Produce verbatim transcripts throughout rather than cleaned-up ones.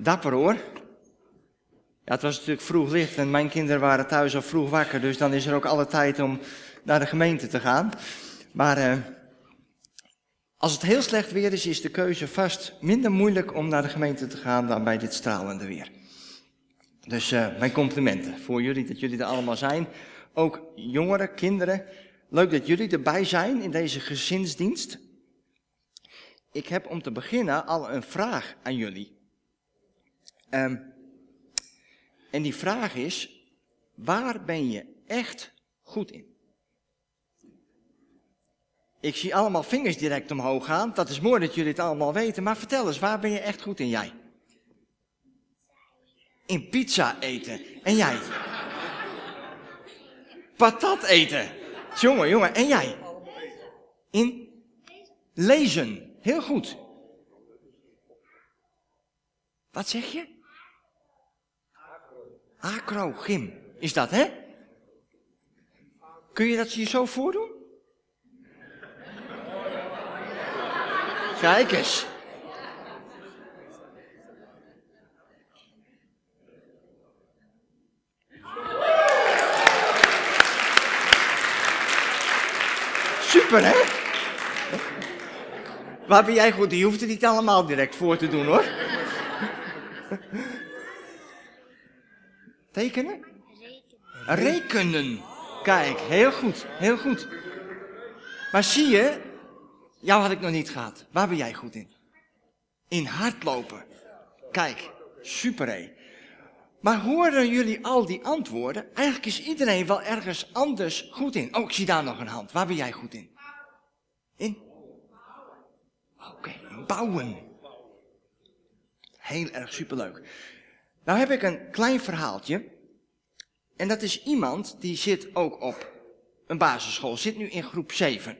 Dapper hoor. Ja, het was natuurlijk vroeg licht en mijn kinderen waren thuis al vroeg wakker. Dus dan is er ook alle tijd om naar de gemeente te gaan. Maar uh, als het heel slecht weer is, is de keuze vast minder moeilijk om naar de gemeente te gaan dan bij dit stralende weer. Dus uh, mijn complimenten voor jullie, dat jullie er allemaal zijn. Ook jongeren, kinderen. Leuk dat jullie erbij zijn in deze gezinsdienst. Ik heb om te beginnen al een vraag aan jullie. Um, en die vraag is, waar ben je echt goed in? Ik zie allemaal vingers direct omhoog gaan. Dat is mooi dat jullie het allemaal weten. Maar vertel eens, waar ben je echt goed in jij? In pizza eten. En jij? Patat eten. Jongen, jongen. En jij? In lezen. Heel goed. Wat zeg je? Acro, gym. Is dat, hè? Kun je dat je zo voordoen? Kijk eens. Super, hè? Waar ben jij goed? Je hoeft het niet allemaal direct voor te doen, hoor. Tekenen? Rekenen. Rekenen. Kijk, heel goed, heel goed. Maar zie je, jou had ik nog niet gehad. Waar ben jij goed in? In hardlopen. Kijk, super hé. Maar horen jullie al die antwoorden? Eigenlijk is iedereen wel ergens anders goed in. Oh, ik zie daar nog een hand. Waar ben jij goed in? In? Oké, okay, bouwen. Heel erg superleuk. Nou heb ik een klein verhaaltje. En dat is iemand die zit ook op een basisschool. Zit nu in groep zeven.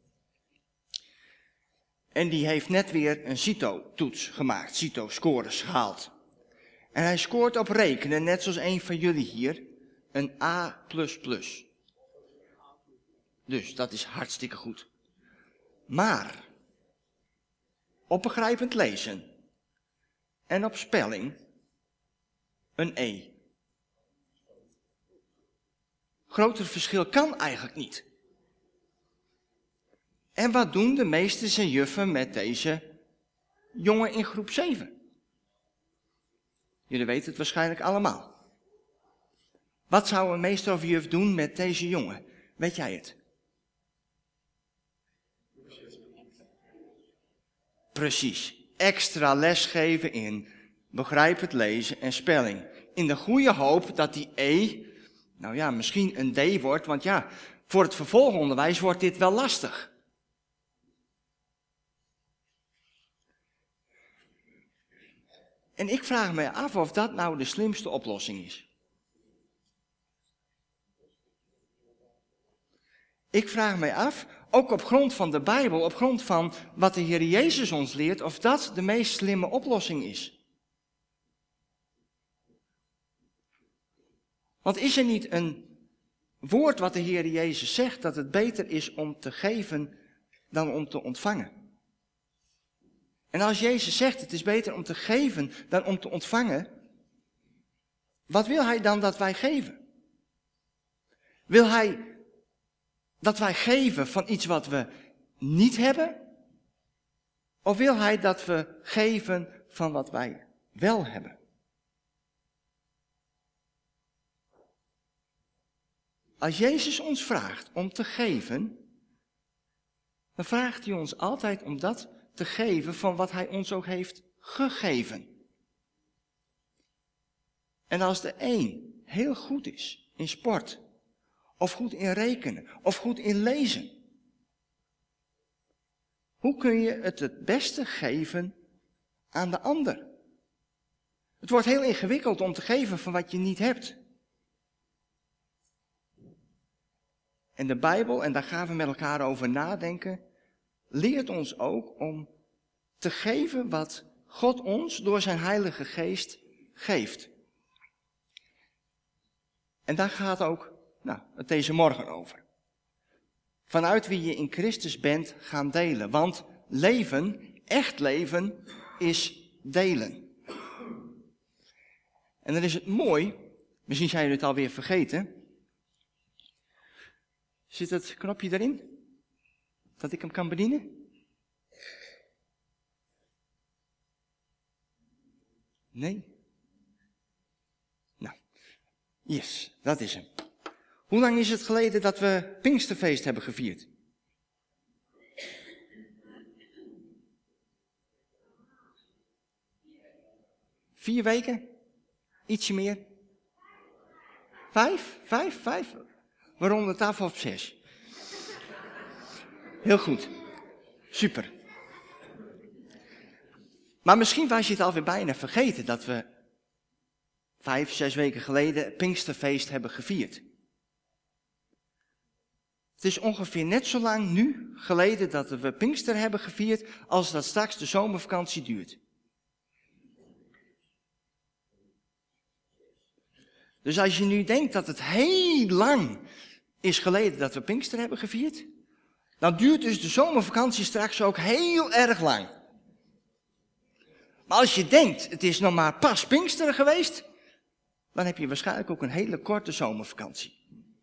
En die heeft net weer een CITO-toets gemaakt. CITO-scores gehaald. En hij scoort op rekenen, net zoals een van jullie hier, een A plus plus. Dus dat is hartstikke goed. Maar op begrijpend lezen en op spelling een E. Groter verschil kan eigenlijk niet. En wat doen de meesters en juffen met deze jongen in groep zeven? Jullie weten het waarschijnlijk allemaal. Wat zou een meester of juf doen met deze jongen? Weet jij het? Precies. Extra les geven in begrijpend lezen en spelling. In de goede hoop dat die E, nou ja, misschien een D wordt. Want ja, voor het vervolgonderwijs wordt dit wel lastig. En ik vraag me af of dat nou de slimste oplossing is. Ik vraag me af, ook op grond van de Bijbel, op grond van wat de Heer Jezus ons leert, of dat de meest slimme oplossing is. Want is er niet een woord wat de Heer Jezus zegt, dat het beter is om te geven dan om te ontvangen? En als Jezus zegt, het is beter om te geven dan om te ontvangen, wat wil hij dan dat wij geven? Wil hij dat wij geven van iets wat we niet hebben? Of wil hij dat we geven van wat wij wel hebben? Als Jezus ons vraagt om te geven, dan vraagt hij ons altijd om dat te geven van wat hij ons ook heeft gegeven. En als de een heel goed is in sport, of goed in rekenen, of goed in lezen, hoe kun je het het beste geven aan de ander? Het wordt heel ingewikkeld om te geven van wat je niet hebt. En de Bijbel, en daar gaan we met elkaar over nadenken, leert ons ook om te geven wat God ons door zijn Heilige Geest geeft. En daar gaat ook nou, het deze morgen over. Vanuit wie je in Christus bent gaan delen. Want leven, echt leven, is delen. En dan is het mooi, misschien zijn jullie het alweer vergeten. Zit het knopje erin? Dat ik hem kan bedienen? Nee? Nou, yes, dat is hem. Hoe lang is het geleden dat we Pinksterfeest hebben gevierd? Vier weken? Ietsje meer? Vijf? Vijf? Vijf? We ronden het af op zes. Heel goed. Super. Maar misschien was je het alweer bijna vergeten dat we vijf, zes weken geleden Pinksterfeest hebben gevierd. Het is ongeveer net zo lang nu geleden dat we Pinkster hebben gevierd als dat straks de zomervakantie duurt. Dus als je nu denkt dat het heel lang is geleden dat we Pinkster hebben gevierd, dan duurt dus de zomervakantie straks ook heel erg lang. Maar als je denkt, het is nog maar pas Pinksteren geweest, dan heb je waarschijnlijk ook een hele korte zomervakantie.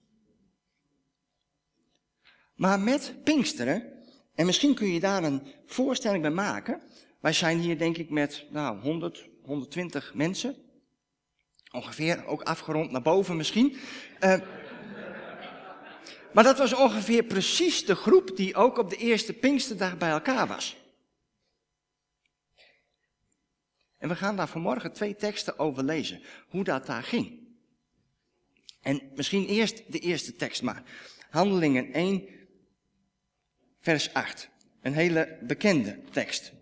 Maar met Pinksteren, en misschien kun je daar een voorstelling bij maken. Wij zijn hier denk ik met nou, honderd, honderdtwintig mensen. Ongeveer, ook afgerond naar boven misschien. Uh, maar dat was ongeveer precies de groep die ook op de eerste Pinksterdag bij elkaar was. En we gaan daar vanmorgen twee teksten over lezen, hoe dat daar ging. En misschien eerst de eerste tekst maar. Handelingen één, vers acht. Een hele bekende tekst.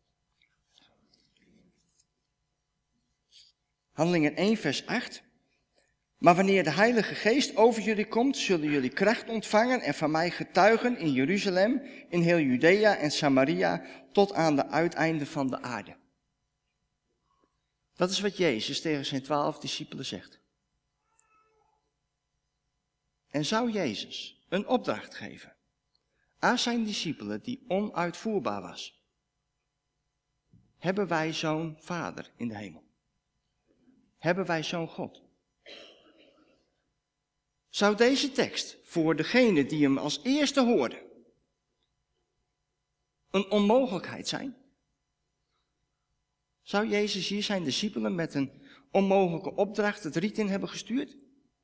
Handelingen één, vers acht. Maar wanneer de Heilige Geest over jullie komt, zullen jullie kracht ontvangen en van mij getuigen in Jeruzalem, in heel Judea en Samaria, tot aan de uiteinden van de aarde. Dat is wat Jezus tegen zijn twaalf discipelen zegt. En zou Jezus een opdracht geven aan zijn discipelen die onuitvoerbaar was? Hebben wij zo'n Vader in de hemel? Hebben wij zo'n God? Zou deze tekst voor degene die hem als eerste hoorde een onmogelijkheid zijn? Zou Jezus hier zijn discipelen met een onmogelijke opdracht het riet in hebben gestuurd?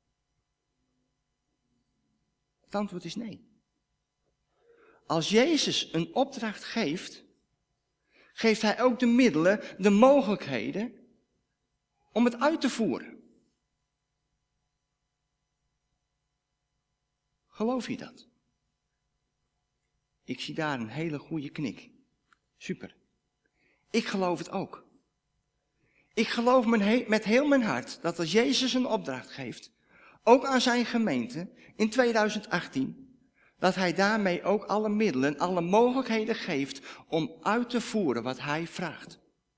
Het antwoord is nee. Als Jezus een opdracht geeft, geeft hij ook de middelen, de mogelijkheden om het uit te voeren. Geloof je dat? Ik zie daar een hele goede knik. Super. Ik geloof het ook. Ik geloof met heel mijn hart dat als Jezus een opdracht geeft, ook aan zijn gemeente in tweeduizend achttien, dat hij daarmee ook alle middelen, alle mogelijkheden geeft om uit te voeren wat hij vraagt.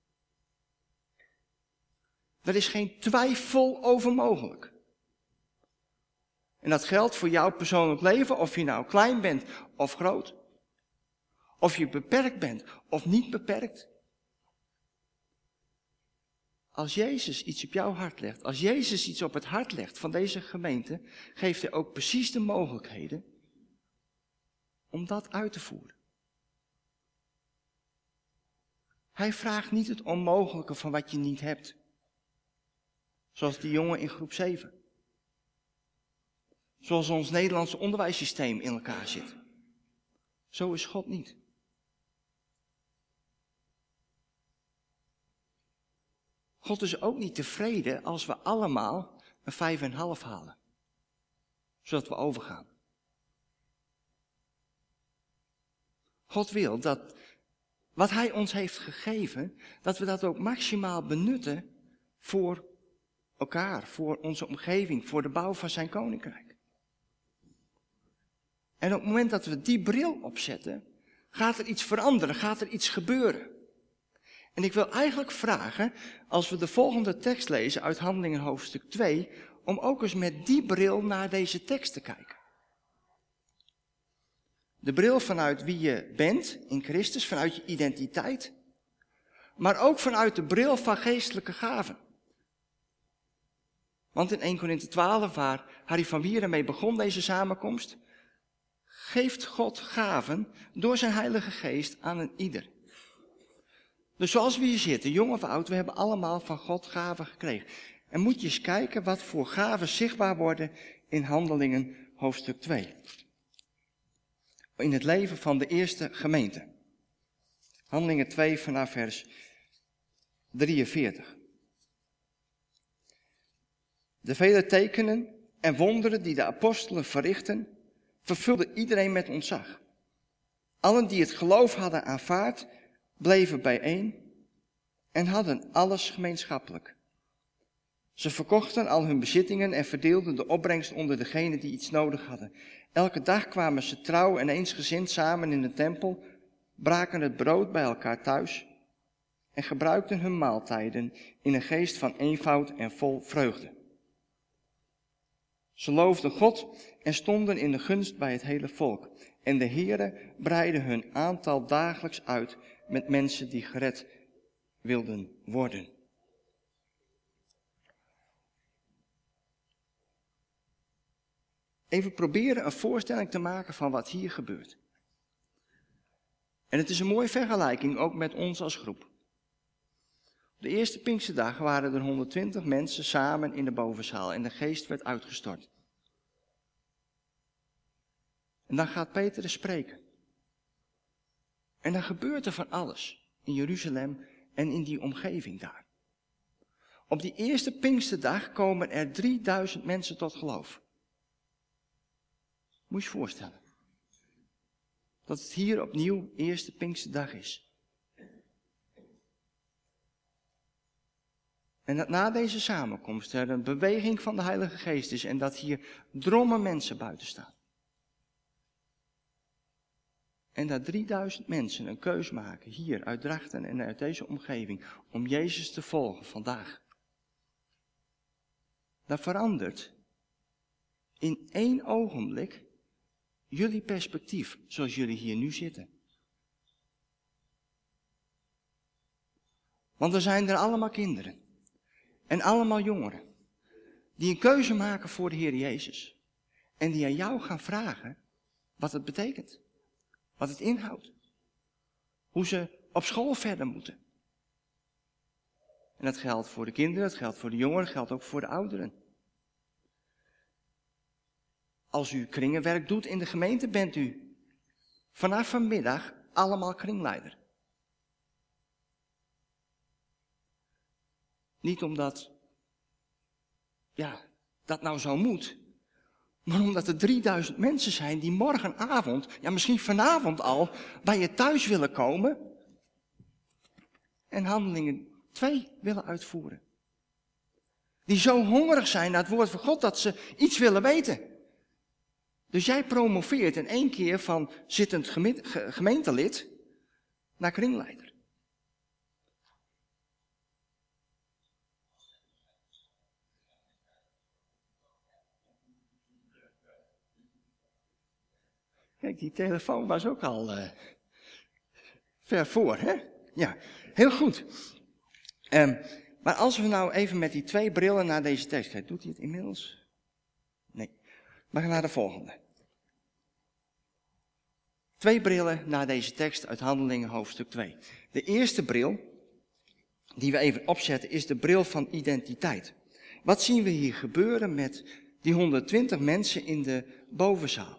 Er is geen twijfel over mogelijk. En dat geldt voor jouw persoonlijk leven, of je nou klein bent of groot. Of je beperkt bent of niet beperkt. Als Jezus iets op jouw hart legt, als Jezus iets op het hart legt van deze gemeente, geeft hij ook precies de mogelijkheden om dat uit te voeren. Hij vraagt niet het onmogelijke van wat je niet hebt. Zoals die jongen in groep zeven. Zoals ons Nederlandse onderwijssysteem in elkaar zit. Zo is God niet. God is ook niet tevreden als we allemaal een vijf en een half halen. Zodat we overgaan. God wil dat wat hij ons heeft gegeven, dat we dat ook maximaal benutten voor elkaar, voor onze omgeving, voor de bouw van zijn koninkrijk. En op het moment dat we die bril opzetten, gaat er iets veranderen, gaat er iets gebeuren. En ik wil eigenlijk vragen, als we de volgende tekst lezen uit Handelingen hoofdstuk twee, om ook eens met die bril naar deze tekst te kijken. De bril vanuit wie je bent in Christus, vanuit je identiteit, maar ook vanuit de bril van geestelijke gaven. Want in eerste Korinthe twaalf, waar Harry van Wieren mee begon deze samenkomst, geeft God gaven door zijn Heilige Geest aan een ieder. Dus zoals we hier zitten, jong of oud, we hebben allemaal van God gaven gekregen. En moet je eens kijken wat voor gaven zichtbaar worden in Handelingen hoofdstuk twee. In het leven van de eerste gemeente. Handelingen twee vanaf vers drieënveertig. De vele tekenen en wonderen die de apostelen verrichten, vervulden iedereen met ontzag. Allen die het geloof hadden aanvaard, bleven bijeen en hadden alles gemeenschappelijk. Ze verkochten al hun bezittingen en verdeelden de opbrengst onder degenen die iets nodig hadden. Elke dag kwamen ze trouw en eensgezind samen in de tempel, braken het brood bij elkaar thuis en gebruikten hun maaltijden in een geest van eenvoud en vol vreugde. Ze loofden God en stonden in de gunst bij het hele volk. En de Heere breidde hun aantal dagelijks uit met mensen die gered wilden worden. Even proberen een voorstelling te maken van wat hier gebeurt. En het is een mooie vergelijking ook met ons als groep. Op de eerste Pinksterdag waren er honderdtwintig mensen samen in de bovenzaal en de geest werd uitgestort. En dan gaat Petrus spreken. En dan gebeurt er van alles in Jeruzalem en in die omgeving daar. Op die eerste Pinksterdag komen er drieduizend mensen tot geloof. Moet je je voorstellen. Dat het hier opnieuw eerste Pinksterdag is. En dat na deze samenkomst er een beweging van de Heilige Geest is en dat hier drommen mensen buiten staan. En dat drieduizend mensen een keus maken, hier uit Drachten en uit deze omgeving, om Jezus te volgen vandaag. Dat verandert in één ogenblik jullie perspectief, zoals jullie hier nu zitten. Want er zijn er allemaal kinderen en allemaal jongeren die een keuze maken voor de Heer Jezus. En die aan jou gaan vragen wat het betekent. Wat het inhoudt. Hoe ze op school verder moeten. En dat geldt voor de kinderen, dat geldt voor de jongeren, dat geldt ook voor de ouderen. Als u kringenwerk doet in de gemeente, bent u vanaf vanmiddag allemaal kringleider. Niet omdat, ja, dat nou zo moet, maar omdat er drieduizend mensen zijn die morgenavond, ja misschien vanavond al, bij je thuis willen komen en Handelingen twee willen uitvoeren. Die zo hongerig zijn naar het woord van God dat ze iets willen weten. Dus jij promoveert in één keer van zittend gemeentelid naar kringleider. Kijk, die telefoon was ook al uh, ver voor, hè? Ja, heel goed. Um, maar als we nou even met die twee brillen naar deze tekst kijken, doet hij het inmiddels? Nee. We gaan naar de volgende. Twee brillen naar deze tekst uit Handelingen hoofdstuk twee. De eerste bril, die we even opzetten, is de bril van identiteit. Wat zien we hier gebeuren met die honderdtwintig mensen in de bovenzaal?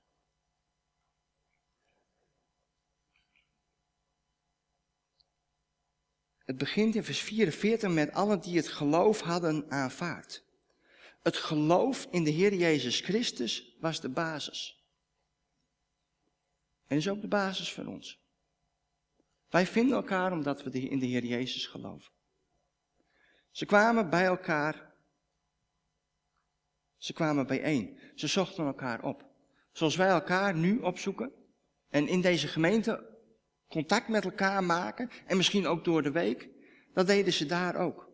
Het begint in vers vierenveertig met allen die het geloof hadden aanvaard. Het geloof in de Heer Jezus Christus was de basis. En is ook de basis van ons. Wij vinden elkaar omdat we in de Heer Jezus geloven. Ze kwamen bij elkaar. Ze kwamen bijeen. Ze zochten elkaar op. Zoals wij elkaar nu opzoeken. En in deze gemeente contact met elkaar maken. En misschien ook door de week. Dat deden ze daar ook.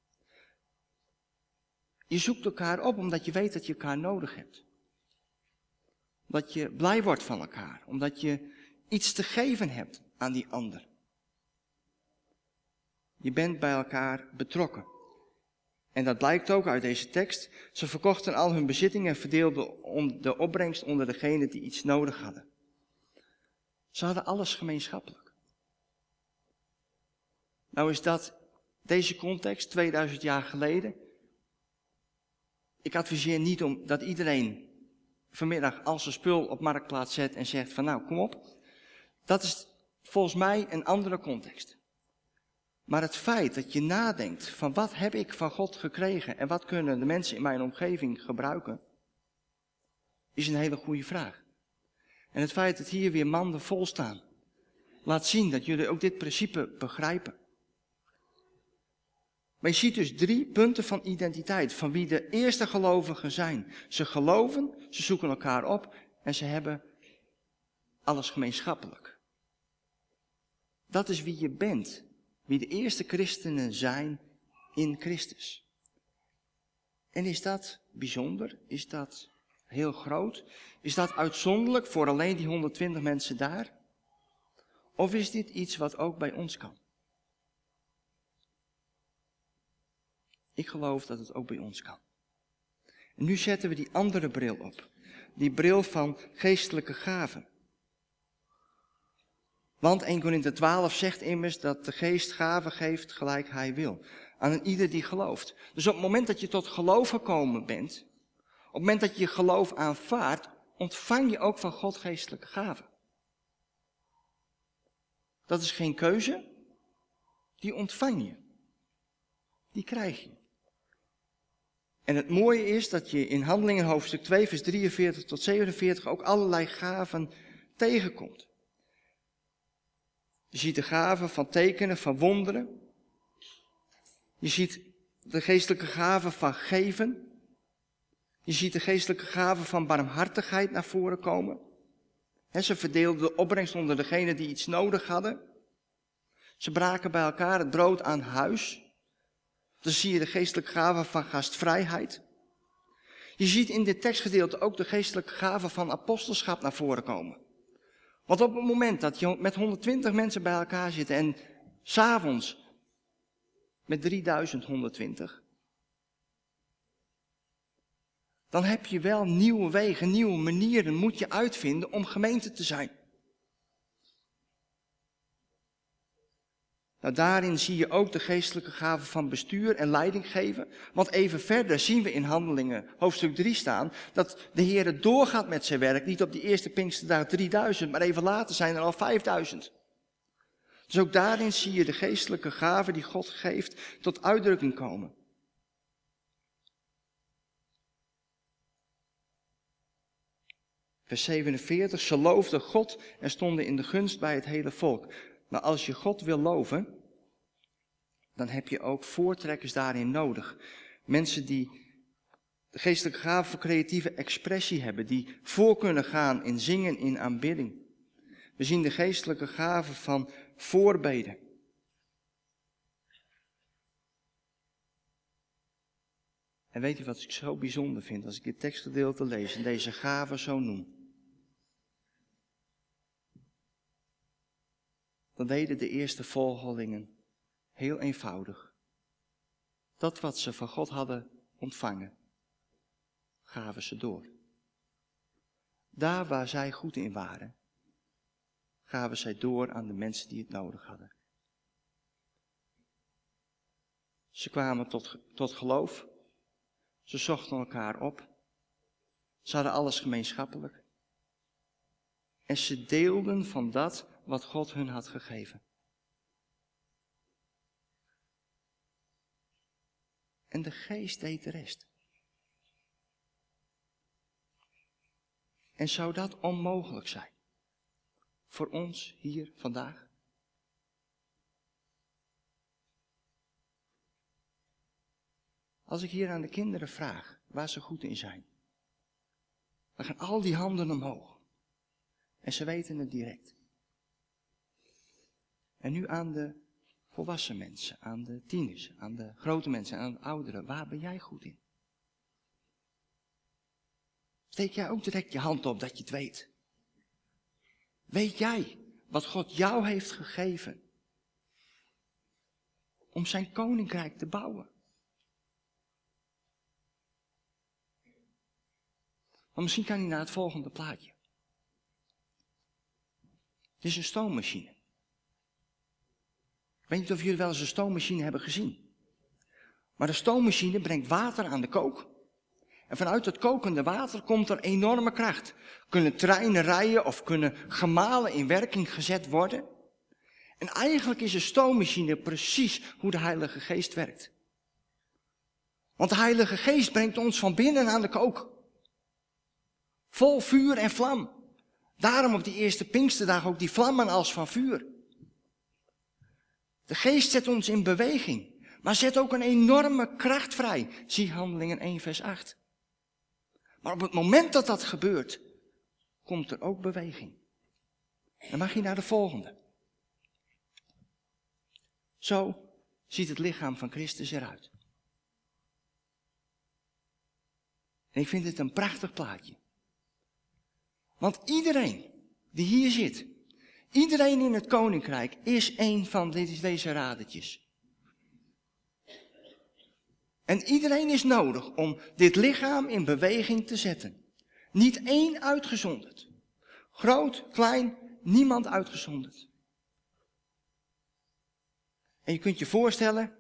Je zoekt elkaar op omdat je weet dat je elkaar nodig hebt. Omdat je blij wordt van elkaar. Omdat je iets te geven hebt aan die ander. Je bent bij elkaar betrokken. En dat blijkt ook uit deze tekst. Ze verkochten al hun bezittingen en verdeelden de opbrengst onder degenen die iets nodig hadden. Ze hadden alles gemeenschappelijk. Nou is dat, deze context, tweeduizend jaar geleden. Ik adviseer niet om dat iedereen vanmiddag al zijn spul op Marktplaats zet en zegt van nou, kom op. Dat is volgens mij een andere context. Maar het feit dat je nadenkt van wat heb ik van God gekregen en wat kunnen de mensen in mijn omgeving gebruiken, is een hele goede vraag. En het feit dat hier weer manden vol staan, laat zien dat jullie ook dit principe begrijpen. Maar je ziet dus drie punten van identiteit, van wie de eerste gelovigen zijn. Ze geloven, ze zoeken elkaar op en ze hebben alles gemeenschappelijk. Dat is wie je bent, wie de eerste christenen zijn in Christus. En is dat bijzonder? Is dat heel groot? Is dat uitzonderlijk voor alleen die honderdtwintig mensen daar? Of is dit iets wat ook bij ons kan? Ik geloof dat het ook bij ons kan. En nu zetten we die andere bril op. Die bril van geestelijke gaven. Want eerste Korinthe twaalf zegt immers dat de geest gaven geeft gelijk hij wil. Aan een ieder die gelooft. Dus op het moment dat je tot geloof gekomen bent, op het moment dat je je geloof aanvaardt, ontvang je ook van God geestelijke gaven. Dat is geen keuze, die ontvang je. Die krijg je. En het mooie is dat je in Handelingen hoofdstuk twee vers drieënveertig tot zevenenveertig ook allerlei gaven tegenkomt. Je ziet de gaven van tekenen, van wonderen. Je ziet de geestelijke gaven van geven. Je ziet de geestelijke gaven van barmhartigheid naar voren komen. He, ze verdeelden de opbrengst onder degenen die iets nodig hadden. Ze braken bij elkaar het brood aan huis. Dan zie je de geestelijke gaven van gastvrijheid. Je ziet in dit tekstgedeelte ook de geestelijke gaven van apostelschap naar voren komen. Want op het moment dat je met honderdtwintig mensen bij elkaar zit en 's avonds met drieduizend honderdtwintig, dan heb je wel nieuwe wegen, nieuwe manieren moet je uitvinden om gemeente te zijn. Nou, daarin zie je ook de geestelijke gaven van bestuur en leiding geven. Want even verder zien we in Handelingen hoofdstuk drie staan dat de Heer doorgaat met zijn werk. Niet op die eerste Pinksterdag drieduizend, maar even later zijn er al vijfduizend. Dus ook daarin zie je de geestelijke gaven die God geeft tot uitdrukking komen. Vers zevenenveertig, ze loofden God en stonden in de gunst bij het hele volk. Maar als je God wil loven, dan heb je ook voortrekkers daarin nodig. Mensen die de geestelijke gaven voor creatieve expressie hebben, die voor kunnen gaan in zingen, in aanbidding. We zien de geestelijke gaven van voorbeden. En weet je wat ik zo bijzonder vind als ik dit tekstgedeelte lees en deze gaven zo noem? Dan deden de eerste volgelingen heel eenvoudig. Dat wat ze van God hadden ontvangen, gaven ze door. Daar waar zij goed in waren, gaven zij door aan de mensen die het nodig hadden. Ze kwamen tot, tot geloof. Ze zochten elkaar op. Ze hadden alles gemeenschappelijk. En ze deelden van dat wat God hun had gegeven. En de geest deed de rest. En zou dat onmogelijk zijn? Voor ons hier vandaag? Als ik hier aan de kinderen vraag waar ze goed in zijn, dan gaan al die handen omhoog. En ze weten het direct. En nu aan de volwassen mensen, aan de tieners, aan de grote mensen, aan de ouderen. Waar ben jij goed in? Steek jij ook direct je hand op dat je het weet? Weet jij wat God jou heeft gegeven om zijn koninkrijk te bouwen? Maar misschien kan hij naar het volgende plaatje. Het is een stoommachine. Ik weet niet of jullie wel eens een stoommachine hebben gezien. Maar de stoommachine brengt water aan de kook. En vanuit het kokende water komt er enorme kracht. Kunnen treinen rijden of kunnen gemalen in werking gezet worden. En eigenlijk is een stoommachine precies hoe de Heilige Geest werkt. Want de Heilige Geest brengt ons van binnen aan de kook. Vol vuur en vlam. Daarom op die eerste Pinksterdag ook die vlammen als van vuur. De Geest zet ons in beweging, maar zet ook een enorme kracht vrij. Zie Handelingen één vers acht. Maar op het moment dat dat gebeurt, komt er ook beweging. Dan mag je naar de volgende. Zo ziet het lichaam van Christus eruit. En ik vind het een prachtig plaatje. Want iedereen die hier zit, iedereen in het koninkrijk is een van deze radertjes. En iedereen is nodig om dit lichaam in beweging te zetten. Niet één uitgezonderd. Groot, klein, niemand uitgezonderd. En je kunt je voorstellen,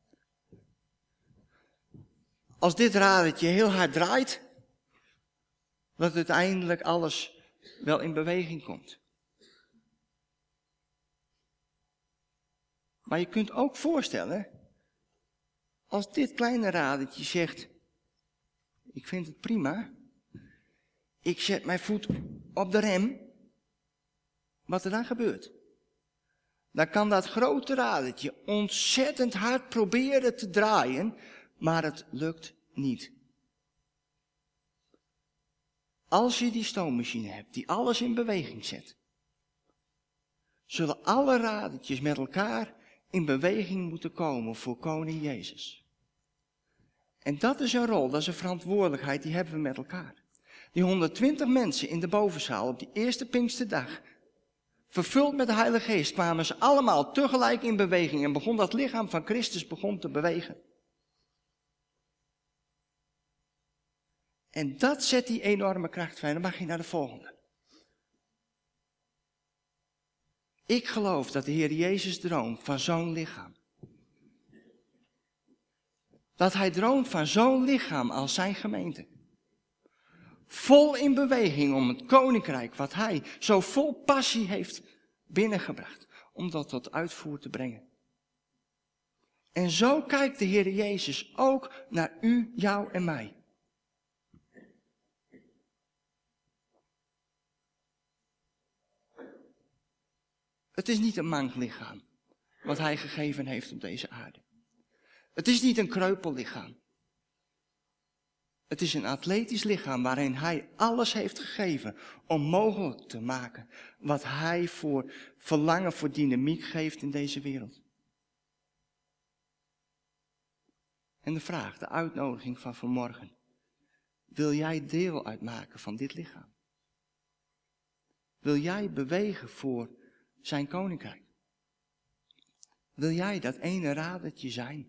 als dit radertje heel hard draait, dat uiteindelijk alles wel in beweging komt. Maar je kunt ook voorstellen, als dit kleine radertje zegt, ik vind het prima, ik zet mijn voet op de rem, wat er dan gebeurt. Dan kan dat grote radertje ontzettend hard proberen te draaien, maar het lukt niet. Als je die stoommachine hebt die alles in beweging zet, zullen alle radertjes met elkaar in beweging moeten komen voor koning Jezus. En dat is een rol, dat is een verantwoordelijkheid, die hebben we met elkaar. Die honderdtwintig mensen in de bovenzaal op die eerste Pinksterdag, vervuld met de Heilige Geest, kwamen ze allemaal tegelijk in beweging en begon dat lichaam van Christus begon te bewegen. En dat zet die enorme kracht vrij. Dan mag je naar de volgende. Ik geloof dat de Heer Jezus droomt van zo'n lichaam. Dat hij droomt van zo'n lichaam als zijn gemeente. Vol in beweging om het koninkrijk wat hij zo vol passie heeft binnengebracht. Om dat tot uitvoer te brengen. En zo kijkt de Heer Jezus ook naar u, jou en mij. Het is niet een mank lichaam wat hij gegeven heeft op deze aarde. Het is niet een kreupellichaam. Het is een atletisch lichaam waarin hij alles heeft gegeven om mogelijk te maken wat hij voor verlangen, voor dynamiek geeft in deze wereld. En de vraag, de uitnodiging van vanmorgen. Wil jij deel uitmaken van dit lichaam? Wil jij bewegen voor zijn koninkrijk? Wil jij dat ene radertje zijn?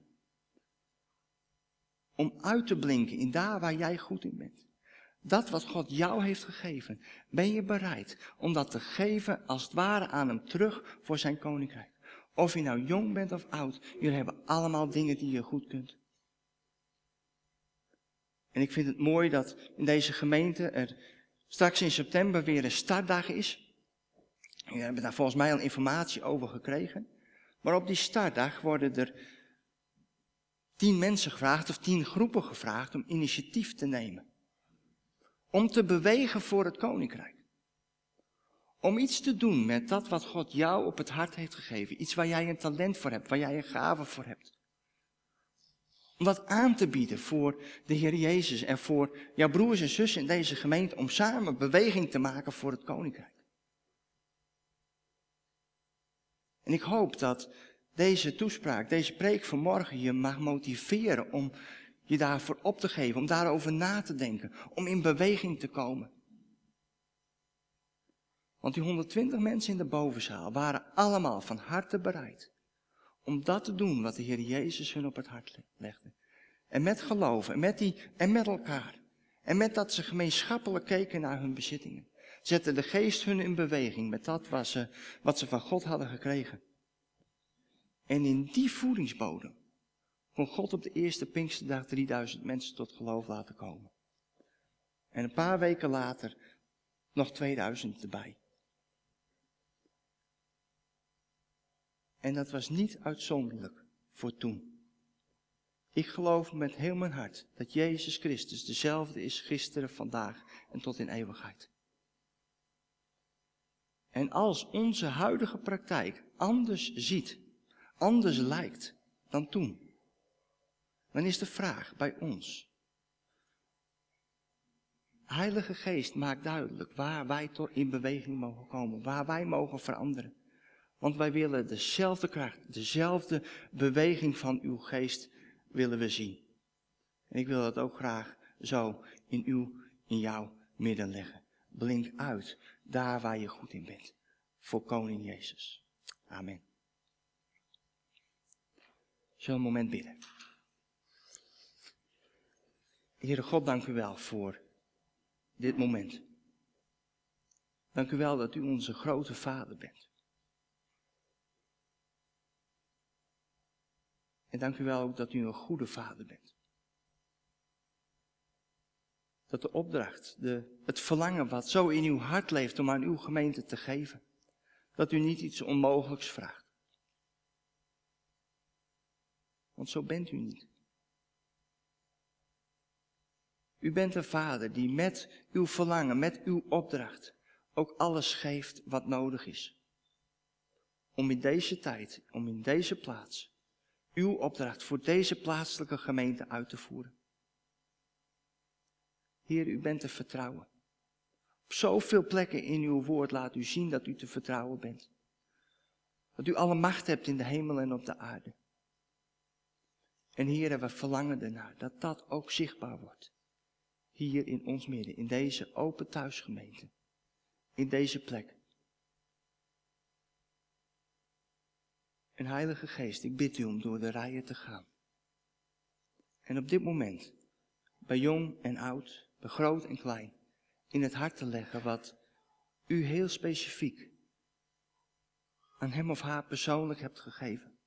Om uit te blinken in daar waar jij goed in bent. Dat wat God jou heeft gegeven. Ben je bereid om dat te geven als het ware aan hem terug voor zijn koninkrijk? Of je nou jong bent of oud. Jullie hebben allemaal dingen die je goed kunt. En ik vind het mooi dat in deze gemeente er straks in september weer een startdag is. We hebben daar volgens mij al informatie over gekregen. Maar op die startdag worden er tien mensen gevraagd of tien groepen gevraagd om initiatief te nemen. Om te bewegen voor het koninkrijk. Om iets te doen met dat wat God jou op het hart heeft gegeven. Iets waar jij een talent voor hebt, waar jij een gave voor hebt. Om dat aan te bieden voor de Heer Jezus en voor jouw broers en zussen in deze gemeente. Om samen beweging te maken voor het koninkrijk. En ik hoop dat deze toespraak, deze preek vanmorgen je mag motiveren om je daarvoor op te geven, om daarover na te denken, om in beweging te komen. Want die honderdtwintig mensen in de bovenzaal waren allemaal van harte bereid om dat te doen wat de Heer Jezus hun op het hart legde. En met geloof en met, die, en met elkaar. En met dat ze gemeenschappelijk keken naar hun bezittingen, zette de geest hun in beweging met dat wat ze, wat ze van God hadden gekregen. En in die voedingsbodem kon God op de eerste Pinksterdag drieduizend mensen tot geloof laten komen. En een paar weken later nog tweeduizend erbij. En dat was niet uitzonderlijk voor toen. Ik geloof met heel mijn hart dat Jezus Christus dezelfde is gisteren, vandaag en tot in eeuwigheid. En als onze huidige praktijk anders ziet, anders lijkt dan toen, dan is de vraag bij ons. Heilige Geest maakt duidelijk waar wij tot in beweging mogen komen, waar wij mogen veranderen. Want wij willen dezelfde kracht, dezelfde beweging van uw geest willen we zien. En ik wil dat ook graag zo in uw, in jouw midden leggen. Blink uit, daar waar je goed in bent. Voor Koning Jezus. Amen. Zullen we een moment bidden. Heere God, dank u wel voor dit moment. Dank u wel dat u onze grote Vader bent. En dank u wel ook dat u een goede Vader bent. Dat de opdracht, de, het verlangen wat zo in uw hart leeft om aan uw gemeente te geven, dat u niet iets onmogelijks vraagt. Want zo bent u niet. U bent een Vader die met uw verlangen, met uw opdracht, ook alles geeft wat nodig is. Om in deze tijd, om in deze plaats, uw opdracht voor deze plaatselijke gemeente uit te voeren. Heer, u bent te vertrouwen. Op zoveel plekken in uw woord laat u zien dat u te vertrouwen bent. Dat u alle macht hebt in de hemel en op de aarde. En Heer, we verlangen ernaar dat dat ook zichtbaar wordt. Hier in ons midden, in deze open thuisgemeente. In deze plek. En Heilige Geest, ik bid u om door de rijen te gaan. En op dit moment, bij jong en oud, bij groot en klein, in het hart te leggen wat u heel specifiek aan hem of haar persoonlijk hebt gegeven.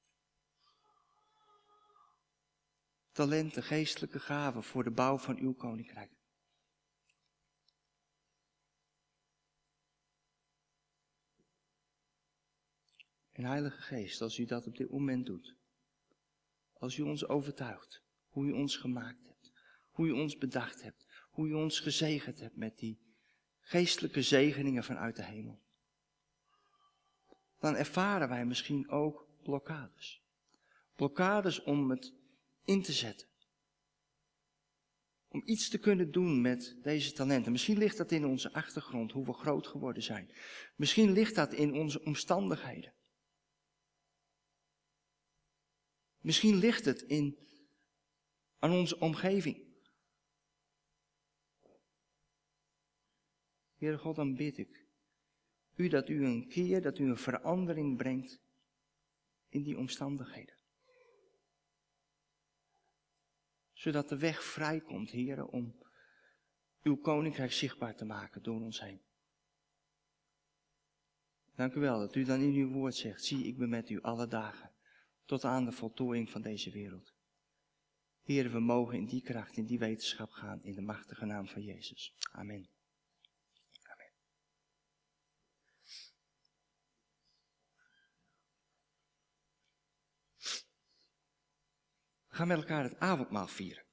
Talenten, geestelijke gaven voor de bouw van uw koninkrijk. En Heilige Geest, als u dat op dit moment doet, als u ons overtuigt, hoe u ons gemaakt hebt, hoe u ons bedacht hebt, hoe u ons gezegend hebt met die geestelijke zegeningen vanuit de hemel, dan ervaren wij misschien ook blokkades. Blokkades om het in te zetten. Om iets te kunnen doen met deze talenten. Misschien ligt dat in onze achtergrond, hoe we groot geworden zijn. Misschien ligt dat in onze omstandigheden. Misschien ligt het in, aan onze omgeving. Heere God, dan bid ik u dat u een keer, dat u een verandering brengt in die omstandigheden. Zodat de weg vrijkomt, Heere, om uw koninkrijk zichtbaar te maken door ons heen. Dank u wel dat u dan in uw woord zegt, zie, ik ben met u alle dagen, tot aan de voltooiing van deze wereld. Heere, we mogen in die kracht, in die wetenschap gaan, in de machtige naam van Jezus. Amen. Amen. We gaan met elkaar het avondmaal vieren.